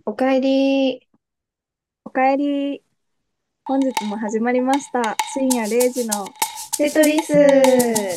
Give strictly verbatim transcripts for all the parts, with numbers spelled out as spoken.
おかえり。 おかえり。本日も始まりました。深夜れいじのテトリテトリス。 ス。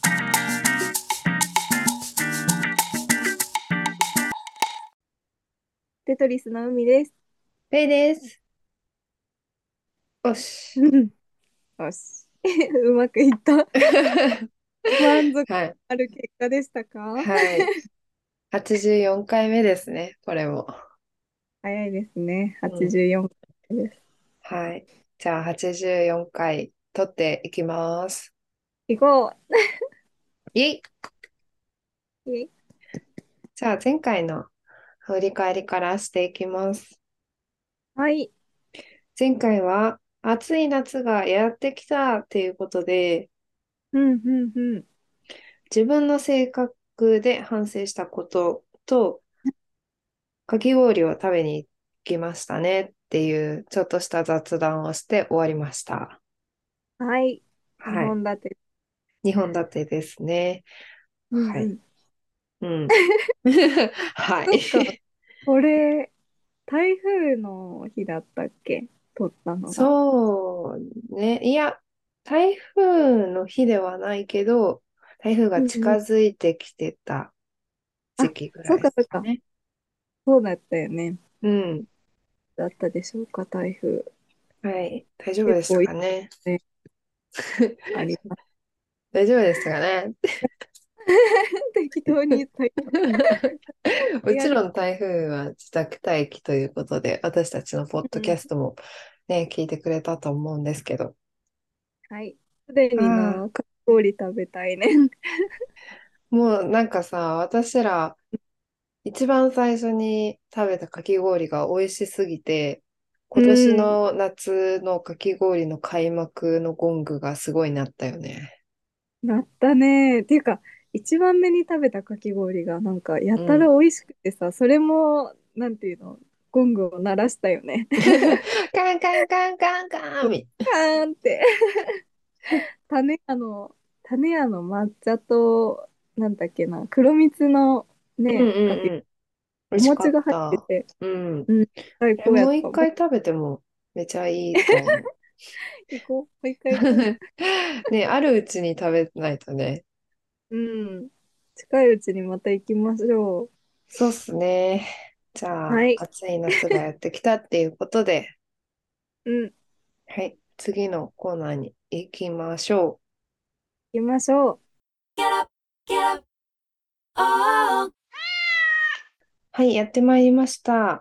テトリスの海です。 ペイです。よし。 うんよし。うまくいった。満足はい。 ある結果でしたか？ はい。はちじゅうよんかいめですね、これも。 早いですね。 うん。 はちじゅうよんかいです。 はい。じゃあ、はちじゅうよんかい取っていきます。 行こイェイ。 う。イェイ。 じゃあ、前回の振り返りからしていきます。 はい。 前回は、暑い夏がやってきたっていうことで、 うん、うん、うん。 自分の性格で反省したことと、かき氷を食べに行きましたねっていう、ちょっとした雑談をして終わりました。 はい。にはい。 ほん立て。 にほん立てですね。 うん、 はい。 うん。 うん。はい。 そっか。これ、台風の日だったっけ？撮ったのが。 そうね。いや、台風の日ではないけど、台風がうん、うん。 近づいてきてた時あ、 期ぐらいでそっか、そっか。 すね。 そうだったよね。 うん。 だったでしょうか、台風。 はい。大丈夫でした結構いいかね。 ね、あります。 大丈夫でしたかね。 適当に言ったよ。 もちいや、 ろん台風は自宅待機ということで、私たちのポッドキうん、 ャストもね、聞いてくれたと思うんですけど。 はい。すでにああ、 な、かき氷食べたいね。 もうなんかさ、私ら一番最初に食べたかき氷が美味しすぎて、 う今年ん。 の夏のかき氷の開幕のゴングがすごいなったよね。 なったね。っていうか、一番目に食べたかき氷が、なんか、やうん。 たら美味しくてさ、それも、なんていうの、ゴングを鳴らしたよね。 カンカンカンカンカンみ。 カーンって。種屋の、種屋の抹茶と、なんだっけな、黒蜜のうんね、かき、 うんうん。美お味しか餅が入ってった。 て、 うん。 うん、最え、 高やった。 もう一回食べてもめちゃいいと思う。 行こう。もう一回行こね、あるうちに食べないとね。 う。うん。近いうちにまた行きましょそうっすね。じゃう。はあ、 い。 暑い夏がやってきたっていうことで、 うん。 はい、次のコーナーに行きましょう。 行きましょ Get up, get up, oh. はい、やってまいりました。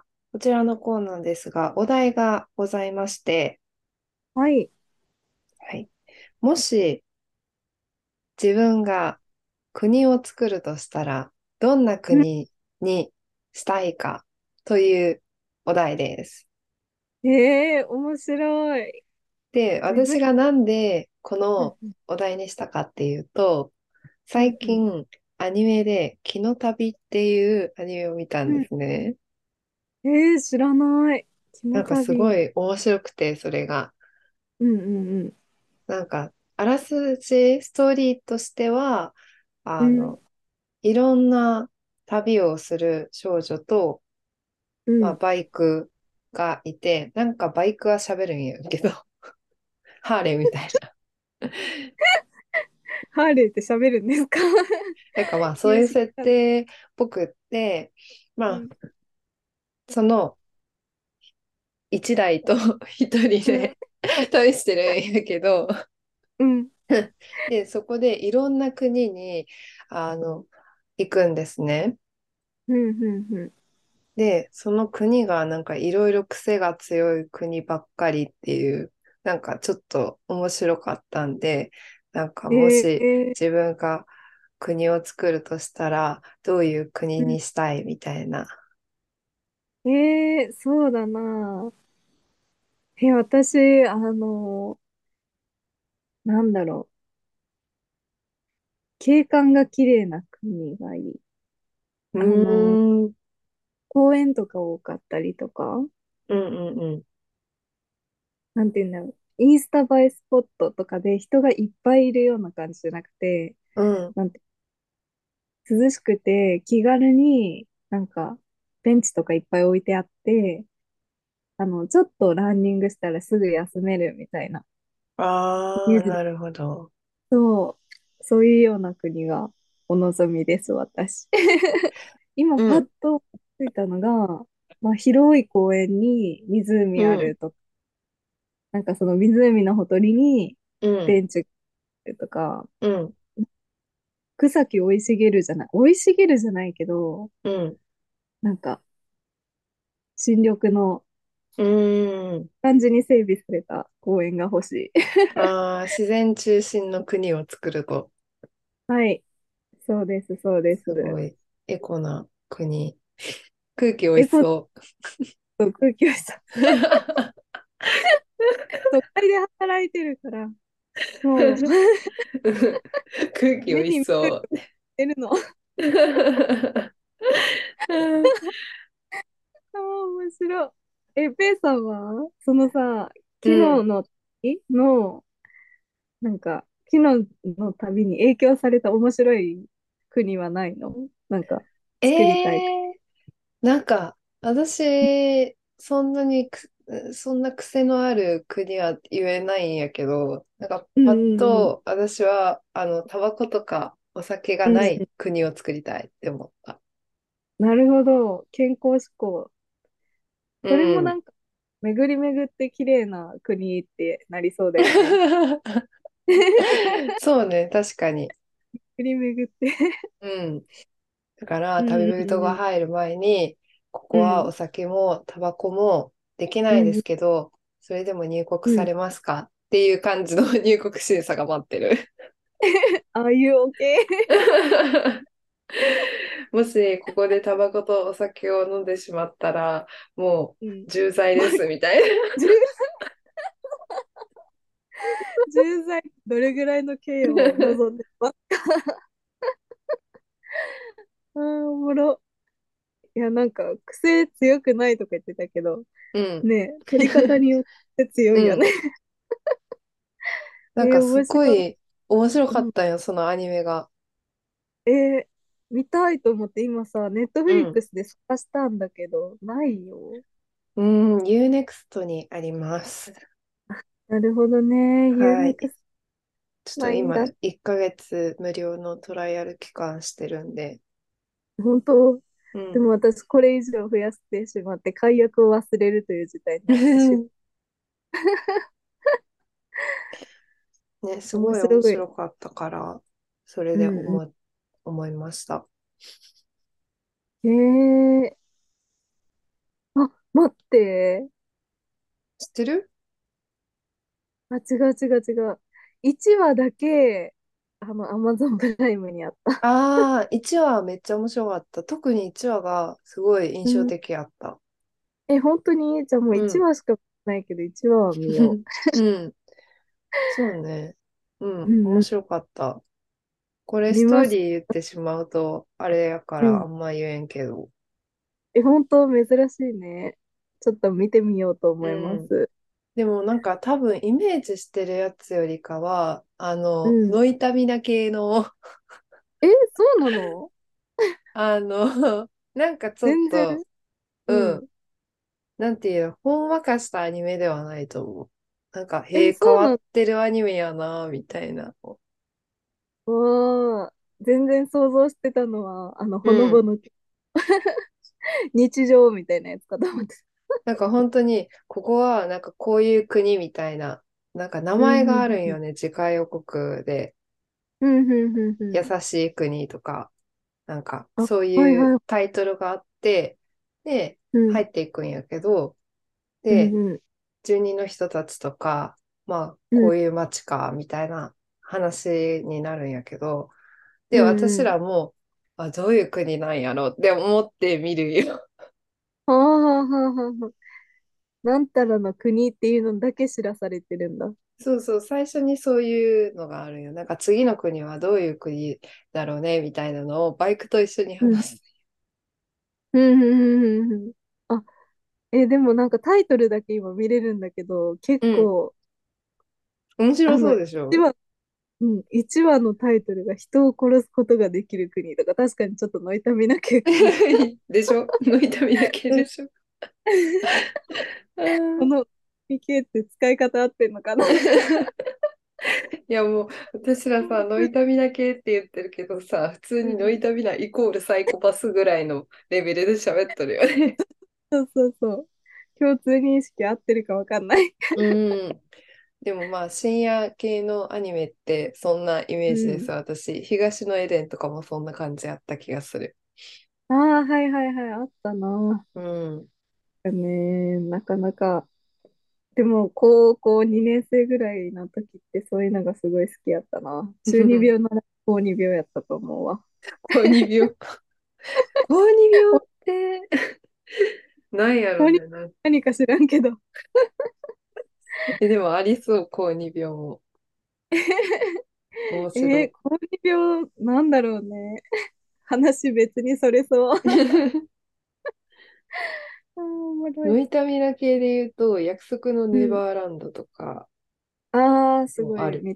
こちらのコーナーですが、お題がございまして、 う。はい。 はい、もし自分が国を作るとしたら、どんなうん。 国にしたいかというお題です。 ええー、面白い。 で、 自分、 私がなんでこのうんうんお題にしたかっていうと、最うんうん近アニメで「キノ旅」っていうアニメを見たんでうん。 すね。 えー、知らない。キノなんかすご旅。 い面白くて、それが。 うんうんうん。 なんか、あらすじ、ストーリーとしては、 うん。 あの、いろんな旅をする少女と、まあ、 うん。 バイクがいて、なんかバイクは喋るんやけど、ハーレーみたいな。 ハーレーって喋るんですか？ なんかまあ、 いや、 そういう設知らない。 定っぽくって、まあ、 うん。 その一台と一人うん。 で旅してるんやけど、 うん。 で、そこでいろんな国に、あの、行くんですね。 うん。うん。 で、その国がなんかいろいろ癖が強い国ばっかりっていう、なんかちょっと面白かったんで、なんかえもしー、 自分が国を作るとしたら、どういう国うにしたいみたいな。 ん。えー、そうだな。え、私、あの、なんだろう。景観が綺麗な国がいい。 うあの、 ーん、 公園とか多かったりとか、 うんうんうん。 なんていうんだろう。インスタ映えスポットとかで人がいっぱいいるような感じじゃなくて、 うん、 なんて、涼しくて気軽になんか、 ベンチとかいっぱい置いてあって、あの、ちょっとランニングしたらすぐ休めるみたいなイああ、 メージで、 なるほど。 そう、そういうような国がお望みです、私。今、 うん、 パッとついたのが、まあ、広い公園に湖あうん、 るとか、なんかその湖のほとりにうん、 ベンチがあるとか、 うん、 草木生い茂るじゃない、生い茂るじゃないけど、 うん、 なんか新緑のうーん。 感じに整備された公園が欲しい。 ああ、自然中心の国を作ると、 はい、そうです、そうです。 すごいエコな国。空気おいえ、こしそと空気をさ、 う。 都会で働いてるから、もう、 空気おいし目に見えそう。 てるの。ああ、面白い。え、ペイさんは、そのさ、 う昨日ん。 の旅の、なんか、昨日の旅に影響された面白い国はないの？なんか、 え作りたい。 えー、なんか、私、そんなにく、そんな癖のある国は言えないんやけど、なんか、 うんパッうんうん。 と私は、あの、タバコとかお酒がなうんうん。 い国を作りたいって思った。 なるほど。健康志向。 うそれもなん。 んか、巡り巡って綺麗な国ってなりそうだよね。 そうね、確かに。 巡り巡って。 うん。だから、 うん旅人がうん入る前に、ここうん。 はお酒もタバコもできないでうんうんすけど、それでも入国うん。 されますかっていう感じの入国審査が待ってる。 ああいう OK。 もし、ここでタバコとお酒を飲んでしまったら、もうん。 う、重罪ですみたいな。 重重罪、どれぐらいの刑を望んでます？ああ、おもろ。いや、なんか、癖強くないとか言ってたけど、 うん。 ねえ、取り方によって強いよね。 うん。 えー、 なんかすっ面白い。 ごい面白かうん。 ったよ、そのアニメが。 えー、見たいと思って今さ、ネットフうん。 リックスで探したんだけど、ないよ。 うん、ユーネクスト にあります。 なるほどね。 はい。 ユーネクスちょっと今、 ないんだ。 いっかげつ無料のトライアル期間してるんで。 本当。 うん。 でも私、これ以上増やしてしまって、解約を忘れるという事態になってしまね、すう。面ごい面白い。 白かったから、それうんうで思、思いました。 ん。えー、あ、待って。 知ってる？ あ、違う違う違う。いちわだけ、あの、アマゾンプライムにあった。 ああー、いちわめっちゃ面白かった。特にいちわがすごい印象うん。 的やった。 え、本当にじゃあもう1 うん。 話しかないけど、いちわは見ようん。そうね。うう。うん。面んうん。 白かった。これストー見ます。 リー言ってしまうと、あれやかうん。 らあんま言えんけど。 え、本当珍しいね。ちょっと見てみようとう思いまん。 す。 でもなんか多分イメージしてるやつよりかは、あの、 うん。 ノイタミナ系の、 え、そうなの？ あの、なんかちょっ全然。 と、 うん。 うん、なんていうの、ほんわかしたアニメではないと思う。なんか、へえ、 え、変そうなわってるアニメやな、みたいな。 の？わあ、全然想像してたのは、あの、 うん。 ほのぼの日常みたいなやつかと思って。 なんか本当に、ここはなんかこういう国みたいな、なんか名うん、う前があん、うん。 るんよね、次回予告で。 うん、うん、うん、う優ん。 しい国とか、なんかあ、 そういうはいはい。 タイトルがあって、で、 うん、 入っていくんやけど、 うん、 で、 うん、 住人の人たちとか、まあ、 うん、 こういう街か、みたいな話になるんやけど、で、 うん、うん。 私らも、あ、どういう国なんやろって思って見るよ。 はあ、はあ、はあ、はあ。はあ、なんたらの国っていうのだけ知らされてるんだ。 そうそう、最初にそういうのがあるよ。なんか次の国はどういう国だろうね、みたいなのをバイクと一緒にうん、 話す。 うん、うん、うん。うん。あ、え、でもなんかタイトルだけ今見れるんだけど、結うん。 構、 面白そあの、 うでしょ？ 一話うん、いちわのタイトルが人を殺すことができる国とか、確かにちょっとノイタミナ系かも。 でしょ？の痛みだけうん。 でしょ？うん。 このノイ系って使い方合ってんのかな。 いやもう私らさ、ノイタミナ系って言ってるけどさ、普通にノイうん。 タミナイコールサイコパスぐらいのレベルで喋っとるよね。 そうそうそう。共通認識合ってるかわかんない。 うん。でもまあ深夜系のアニメってそんなイメうん。 ージです。私、東のエデンとかもそんな感じやった気がする。 ああ、はいはいはい、あったな。 うん。 ね、なかなか。でも、高校にねん生ぐらいの時ってそういうのがすごい好きやったな。中二病なら高に病やったと思うわ。 高に病。高に病ってなんやろ高にね。なん何か知らんけど。 え、でもありそう、高に病も。面えー、 白高に病なんだろうね。話別にそれそう。 い。 あーおもろい。 ノイタミナ系で言うと、約束のネうん。 バーランドとかああ、すごい。 もある。 め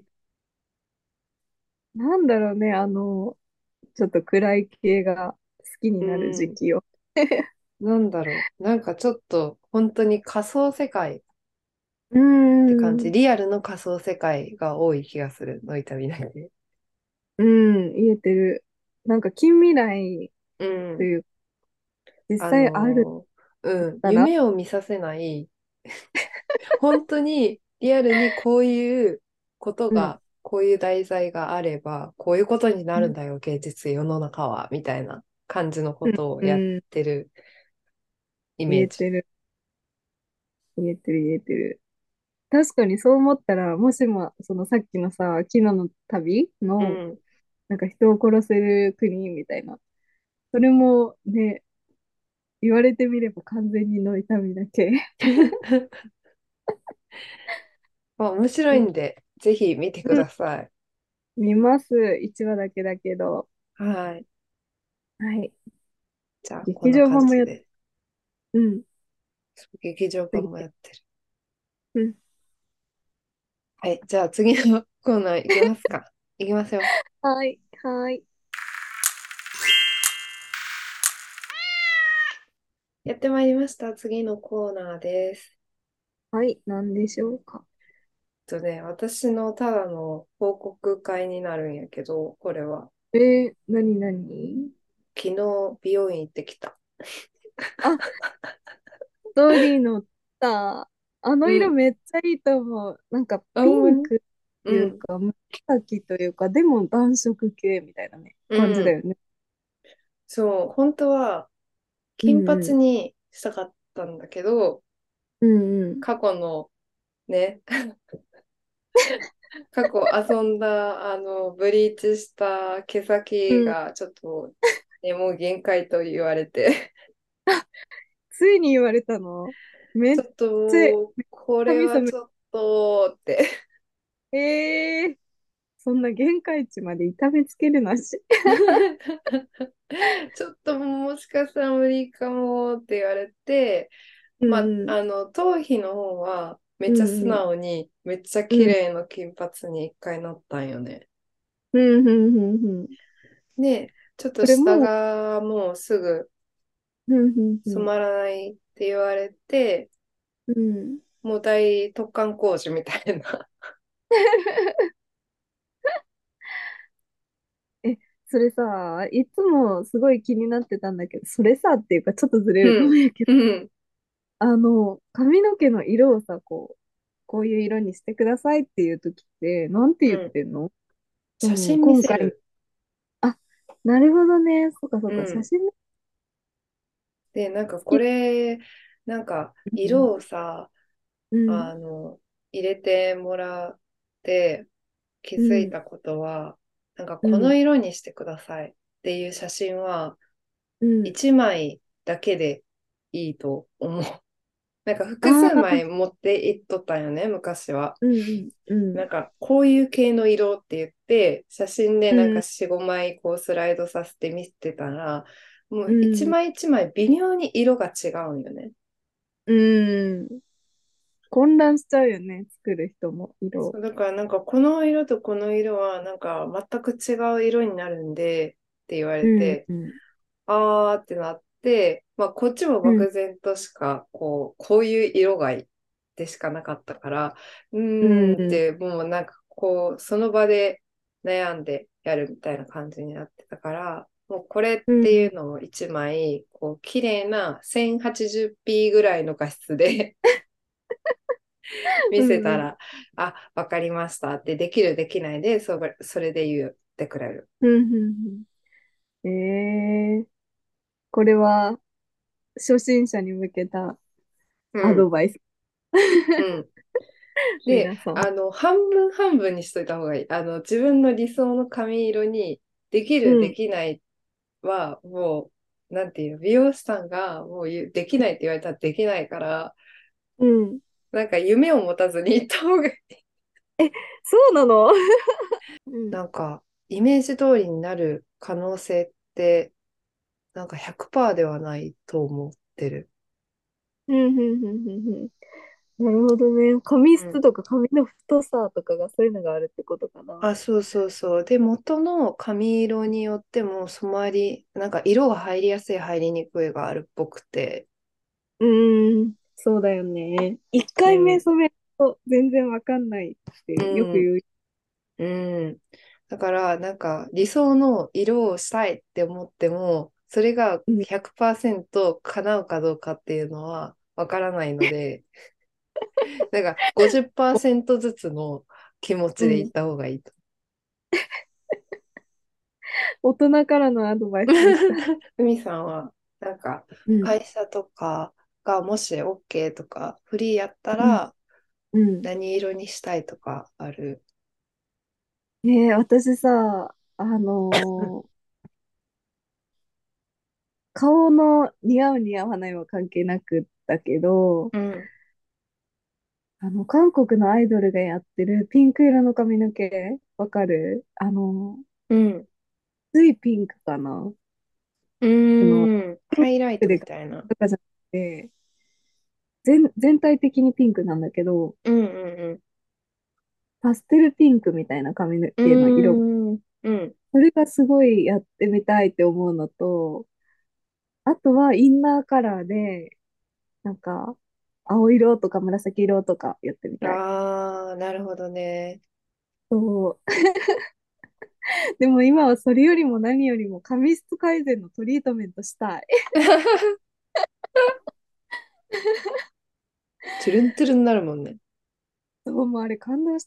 なんだろうね。あの、ちょっと暗い系が好きにうなる時ん。 期を。 なんだろう。なんかちょっと、本当に仮想世界っうーて感じ。 ん。 リアルの仮想世界が多い気がする。ノイタミナ系。 うん、言えてる。なんか近未来うん。 という、実あ際あるのーうん。 たら、 夢を見させない、本当にリアルにこういうことうん。 が、こういう題材があれば、こういうことになうん。 るんだよ、現実、世の中は、みたいな感じのこうん。 とをやっうん、 てるイメージ。 言えてる。言えてる、言えてる。確かにそう思ったら、もしも、そのさっきのさ、昨日の旅の、 うん。 なんか人を殺せる国みたいな。それもね、言われてみれば完全にノイタミだけ。 まあ、面白いんで、ぜひ見てくうん、 ださい。 見ます。いちわだけだけど。 はい。 はい。 じゃあ、こん劇な場版もやっ、 感じで。 うん。 劇場版次。 もやってる。 うん。 はい。じゃあ、次のコーナーいきますか。いきますよ。 はい。はい。 やってまいりました。次のコーナーです。 はい。何でしょうか。 えっとね、私のただの報告会になるんやけど、これは。 えー、何何昨日、美容院行ってきた。 あ、ストーリーのた、あの色うん。 めっちゃいいと思う。なんかあ、 ピほんまに。 ンクってうん。 いうか、紫というか、でも暖色系みたいなね、 うん。 感じだよね。 そう、本当は金うんうん。 髪にしたかったんだけど、 うんうん。 過去のね、過去遊んだ、あの、ブリーチした毛先うん。 がちょっと、ね、もう限界と言われて、 ついに言われたの？めっちょっとちゃもう、これ神様。 はちょっとってえー、そんな限界値まで痛めつけるなし。 ちょっともしかしたら無理かもって言われて、まあ、 うんうん。 あの、頭皮の方はめっちゃ素うんうん。 直に、めっちゃうん綺麗な金髪に一回なったんよね。 うんうんうんうん。 で、ちょっと下それもがもうすぐう、うんうんうん。 染まらないって言われて、 うん。 もう大突貫工事みたいな。 え、それさ、いつもすごい気になってたんだけど、それさっていうかちょっとずれるかもうん。 やけど、 うん。 あの、髪の毛の色をさ、こう、こういう色にしてくださいっていう時って、なんて言っうん。 てんの？その、 写真見今回、 せる。 あ、なるほどね。そうかそうか、写うん。 真好で、なんかこき。 れ、なんかうん。 色をさ、 うん。 あの、入れてもらって気うん。 づいたことは、なんかうん。 この色にしてくださいっていう写真はうん。 いちまいだけでいいと思う。なんか複数ああ、 枚持っていっとったんよね、昔は。 うん。うん。 なんかこういう系の色って言って、写真でなんかうん。 よん、ごまいこうスライドさせて見せてたら、もう一うん。 枚一枚微妙に色が違うんよね。 うん。 混乱しちゃうよね、作る人も色。 そう、だからなんかこの色とこの色はなんか全く違う色になるんでって言わうん、 れて、 うん、 あーってなって、まあこっちもうん、 漠然としかこう、こういう色がいいでしかなかったから、ううん、 ーんってもうなんかこう、その場で悩んでやるみたいな感じになってたから、もうこれっていうん、 うのを一枚、こう、綺麗な せんはちじゅうピー ぐらいの画質で見うん、うん、 せたら、あ、わかりましたって、できる、できないで、それ、それで言ってくれる。 うん、うん。えー、これは初心者に向けたうん、 アドバイス。 うん。で、 皆さん。 あの、半分半分にしといた方がいい。あの、自分の理想の髪色に、できる、でうん、 きないは、もう、なんていうの、美容師さんが、もう言うできないって言われたらできないから、 うん。 なんか夢を持たずに行った方がいい。 そうなの？うん。 なんか、イメージ通りになる可能性って、なんかひゃくパーセントではないと思ってる。 うん、うん、うん、うん。うん。なるほどね。髪うん。 質とか髪の太さとかがそういうのがあるってことかな。 あ、そうそうそう。で、元の髪色によっても染まり、なんか色が入りやすい、入りにくいがあるっぽくて。 うーん、そうだよね。一回目うん。 染めると全然わかんないってよくうん。 言う。 うん。だから、なんか理想の色をしたいって思っても、それがうん、 ひゃくパーセント叶うかどうかっていうのはわからないので、なんかごじゅっパーセントずつの気持うん。 ちでいった方がいいと。 大人からのアドバイスでした。 海さんは、なんか、 うん、 会社とかがもし OK とか、フリーやったうん、 ら、 うん。 何色にしたいとかある？ ねえ、私さ、あうん。 のー顔の似合う似合わないは関係なくだけど、 うん。 あの、韓国のアイドルがやってるピンク色の髪の毛、わかる？あの、 うん。 ついピンクかな。 うその、 ーん。 ピンハイライトクでみたいな。 とかじゃなくて、全、全体的にピンクなんだけど、 うんうんパステルピンクみたいな髪のう毛の色が、 ん。うーん。うん。 それがすごいやってみたいって思うのと、あとはインナーカラーで、なんか、青色とか紫色とかやってみたい。 ああ、なるほどね。 そう。でも今はそれよりも何よりも髪質改善のトリートメントしたい。 トゥルントゥルンになるもんね。 そう、もうあれ感動した。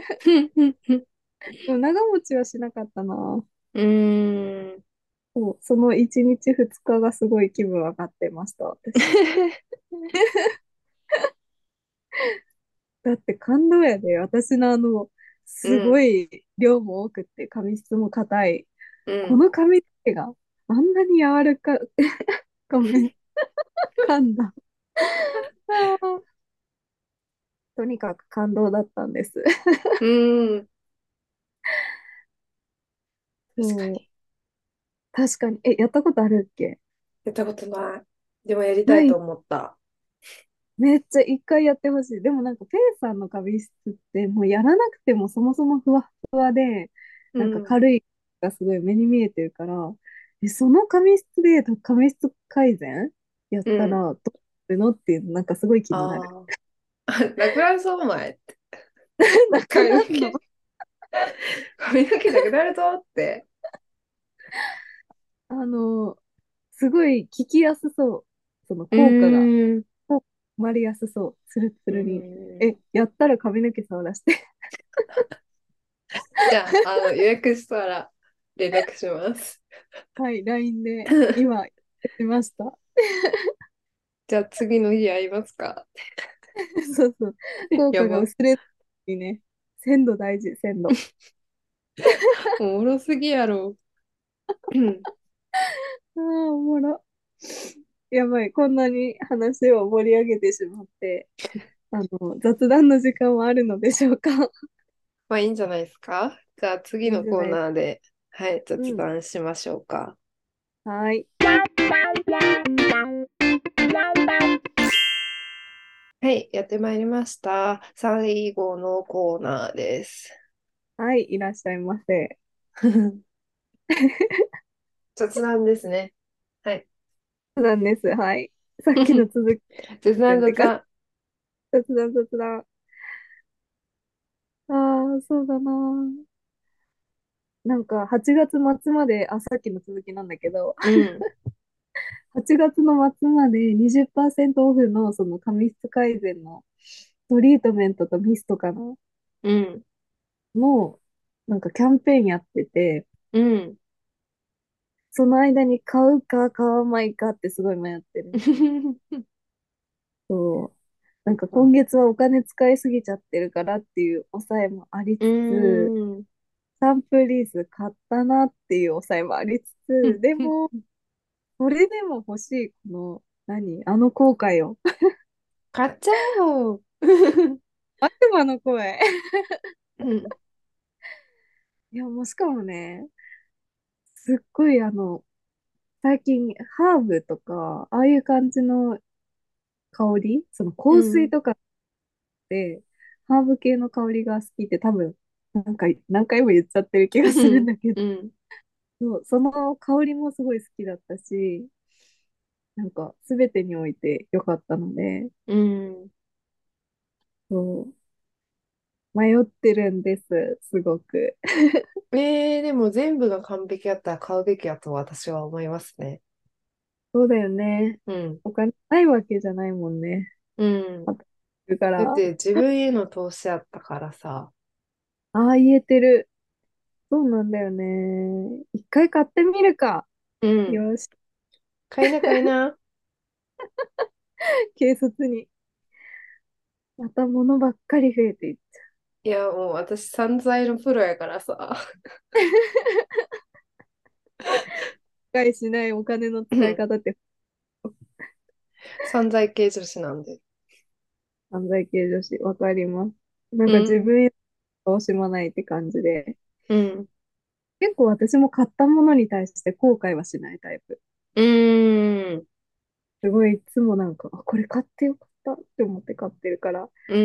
でも長持ちはしなかったな。 うーん。 そう、そのいちにちふつかがすごい気分上がってました、私。だって感動やで、私のあの、すごうん。 い量も多くって髪質も硬い。 うん。 この髪の毛があんなに柔らか、ごめん、噛んだ。あー、とにかく感動だったんです。 うーん。確かそう、 に。 確かに。え、やったことあるっけ？ やったことない。でもやりたない。 いと思った。 めっちゃ一回やってほしい。でもなんか、ペイさんの髪質ってもうやらなくてもそもそもふわふわで、なんかうん。 軽いがすごい目に見えてるから、え、その髪質で髪質改善やっうん。 たらどうなるのっていう、なんかすごい気になる。 ああ。なくなるぞ、お前って。 なくなるの？ 髪の毛、髪の毛なくなるぞって。 あの、すごい聞きやすそう。そのう効果が。 ーん。 効果まりやすそう。ツルツうルに。 ーん。 え、やったら髪の毛触らして。 じゃあ、あの、予約したら連絡します。 はい、ライン で今、しました。 じゃあ次の日会いますか？ そうそう。効果がやば。 薄れずにね。鮮度大事、鮮度。 おもろすぎやろ。うん。 ああ、おもろ。やばい、こんなに話を盛り上げてしまって、あの、雑談の時間はあるのでしょうか？ まあいいんじゃないですか？じゃあ次のコーいいんじゃない。 ナーで、はい、雑うん。 談しましょうか。 はい。 はい、やってまいりました。最後のコーナーです。 はい、いらっしゃいませ。 雑談ですね。はい。 そうなんです。はい。さっきの続き雑談、 ってか、 雑談。 雑談雑談。ああ、そうだな。なんか、はちがつ末まで、あ、さっきの続きなんだけど、 うん、 はちがつの末までにじゅっパーセントオフのその髪質改善のトリートメントとミストかなうん、 の、なんかキャンペーンやってて、 うん。 その間に買うか買わないかってすごい迷ってる。そう。なんか今あ、 月はお金使いすぎちゃってるからっていう抑えもありうつつ、 ーん。 サンプリーズ買ったなっていう抑えもありつつ、でも、それでも欲しい、この、何あの後悔を。 買っちゃえよ。 悪魔の声。 うん、 いや、もうしかもね、すっごいあの、最近ハーブとか、ああいう感じの香り、その香水うん、 とかで、ハーブ系の香りが好きって多分、なんか何回も言っちゃってる気がするんうん、 だけど、 うん、 そう、その香りもすごい好きだったし、なんか全てにおいて良かったので、 うん。 そう、迷ってるんです、すごく。 えー、でも全部が完璧だったら買うべきだと私は思いますね。 そうだよね。 うん、 お金ないわけじゃないもんね。 うん。 働いてるから。 だって自分への投資だったからさ。 ああ、言えてる。そうなんだよね。一回買ってみるか。 うん。 よし、 買いな買いな。 軽率に。また物ばっかり増えていっちゃいや、もう私散財のプロやからさ。 う。使いしないお金のうん。 使い方って散財系女子なんで。 犯罪系女子、わかります。なんか自うん。 分への惜しまないって感じで。 うん。 結構私も買ったものに対して後悔はしないタイプ。 うーん。 すごいいつもなんか、あ、これ買ってよかったって思って買ってるから、 うん。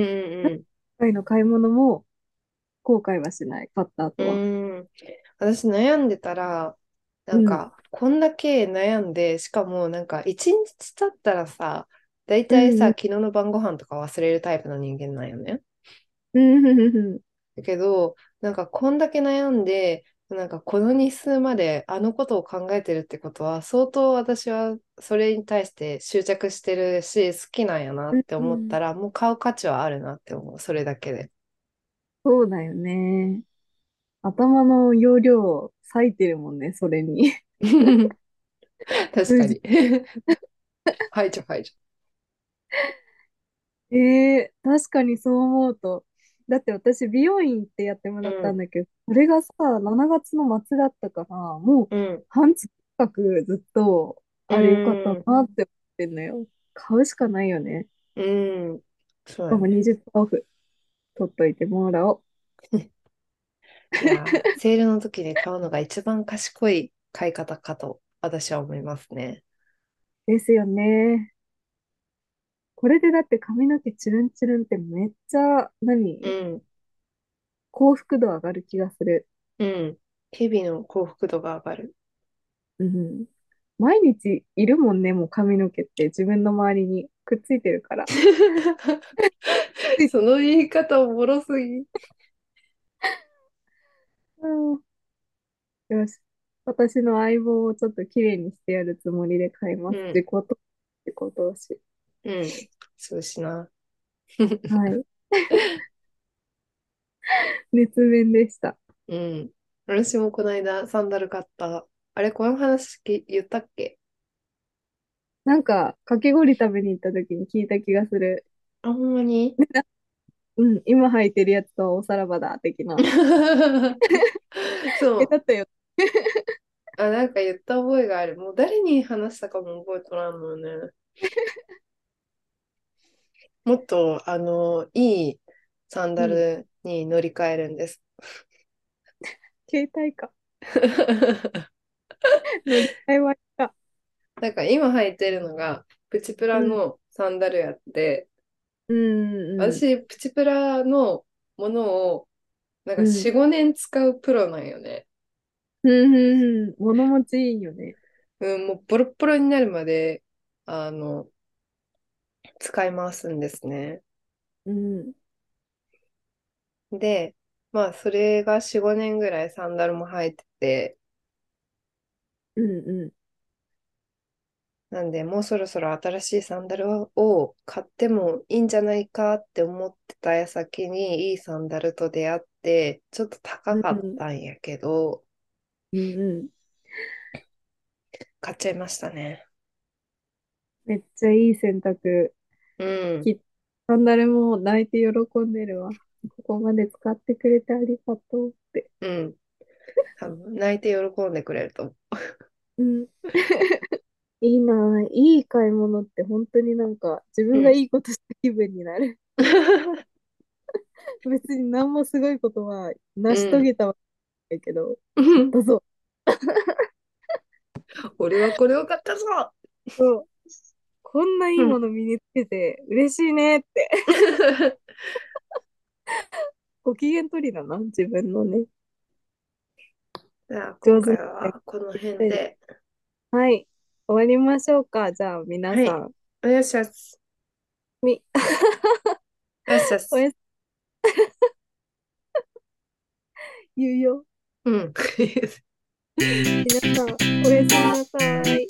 今回の買い物も後悔はしない、買ったうん。 後は。 うん。私悩んでたら、なうん。 んか、こんだけ悩んで、しかもなんか、一日経ったらさ、だいたいさ、 うんうん。 昨日の晩ご飯とか忘れるタイプの人間なんよね。 うんうんうんうん。 だけど、なんかこんだけ悩んで、なんかこの日数まであのことを考えてるってことは、相当私はそれに対して執着してるし、好きなんやなうんってうん。 思ったら、もう買う価値はあるなって思う、それだけで。 そうだよね。頭の容量割いてるもんね、それに。 確数字。 かに。排除排除。 ええ確かにそう思うと。だって私、美容院行ってやってもらったんうん、 だけど、それがさ、しちがつの末だったから、もううん、 半月近くずっと、 うあれよかったん、 なって思ってんのよ。買うしかないよね。 うん。そうしかもやね。 にじゅっパーセントオフ取っといてもらおう。 いやー、セールの時に買うのが一番賢い買い方かと私は思いますね。 ですよね。これでだって髪の毛チュルンチュルンってめっちゃ、 う何ん、 幸福度上がる気がする。 うん。日々の幸福度が上がる。 うん。毎日いるもんね、もう髪の毛って自分の周りにくっついてるから。ついその言い方おもろすぎ。 うん、よし。私の相棒をちょっと綺麗にしてやるつもりで買います。 うん、 自己投資、自己投資。 うん。そうしな。 はい。熱弁でした。 うん。私もこの間サンダル買った。あれ、この話き言ったっけ？ なんか、かき氷食べに行った時に聞いた気がする。 あ、ほんまに？ うん、今履いてるやつとはおさらばだ、的な。え、 そう。 だったよ。 あ、なんか言った覚えがある。もう誰に話したかも覚えとらんのよね。もっと、あの、いいサンダうん。 ルに乗り換えるんです。 携帯か。乗り換えはいいか。 なんか今履いてるのが、プチプラうん。 のサンダルやって、 うんうん私、プチプラのものを、なんかうん。 よん、ごねん使うプロなんよね。 うんうんうん。物持ちいいよね。 うん、もうボロッボロになるまで、あの、使い回すんですね。 うん。 で、まあ、それがよん、ごねんぐらいサンダルも履いてて、 うんうん。 なんで、もうそろそろ新しいサンダルを買ってもいいんじゃないかって思ってた矢先にいいサンダルと出会って、ちょっと高かっうんたんやけど、 うんうん。 買っちゃいましたね。 めっちゃいい選択。 うん、 きっと、サンダルも泣いて喜んでるわ。ここまで使ってくれてありがとうって。 うん。多分泣いて喜んでくれると思うん。いいなぁ。いい買い物って本当になんか自う。うん。 分がいいことした気分になる。別に何もすごいことは成し遂うん。 げたわけないけど、 うん。 買ったぞ。 俺はこれを買ったぞ。 そう、こんないいうん。 もの身につけて嬉しいねって。ご機嫌取りだな、自分のね。 じゃあ、今上手な回買いはこの物したいです。 辺で。 はい。終わりましょうか。じゃあ、皆はい。 さん。 おやすす。 み、 おやすす。 おやす、言うよ。 うん。 皆さん、おやすみなさい。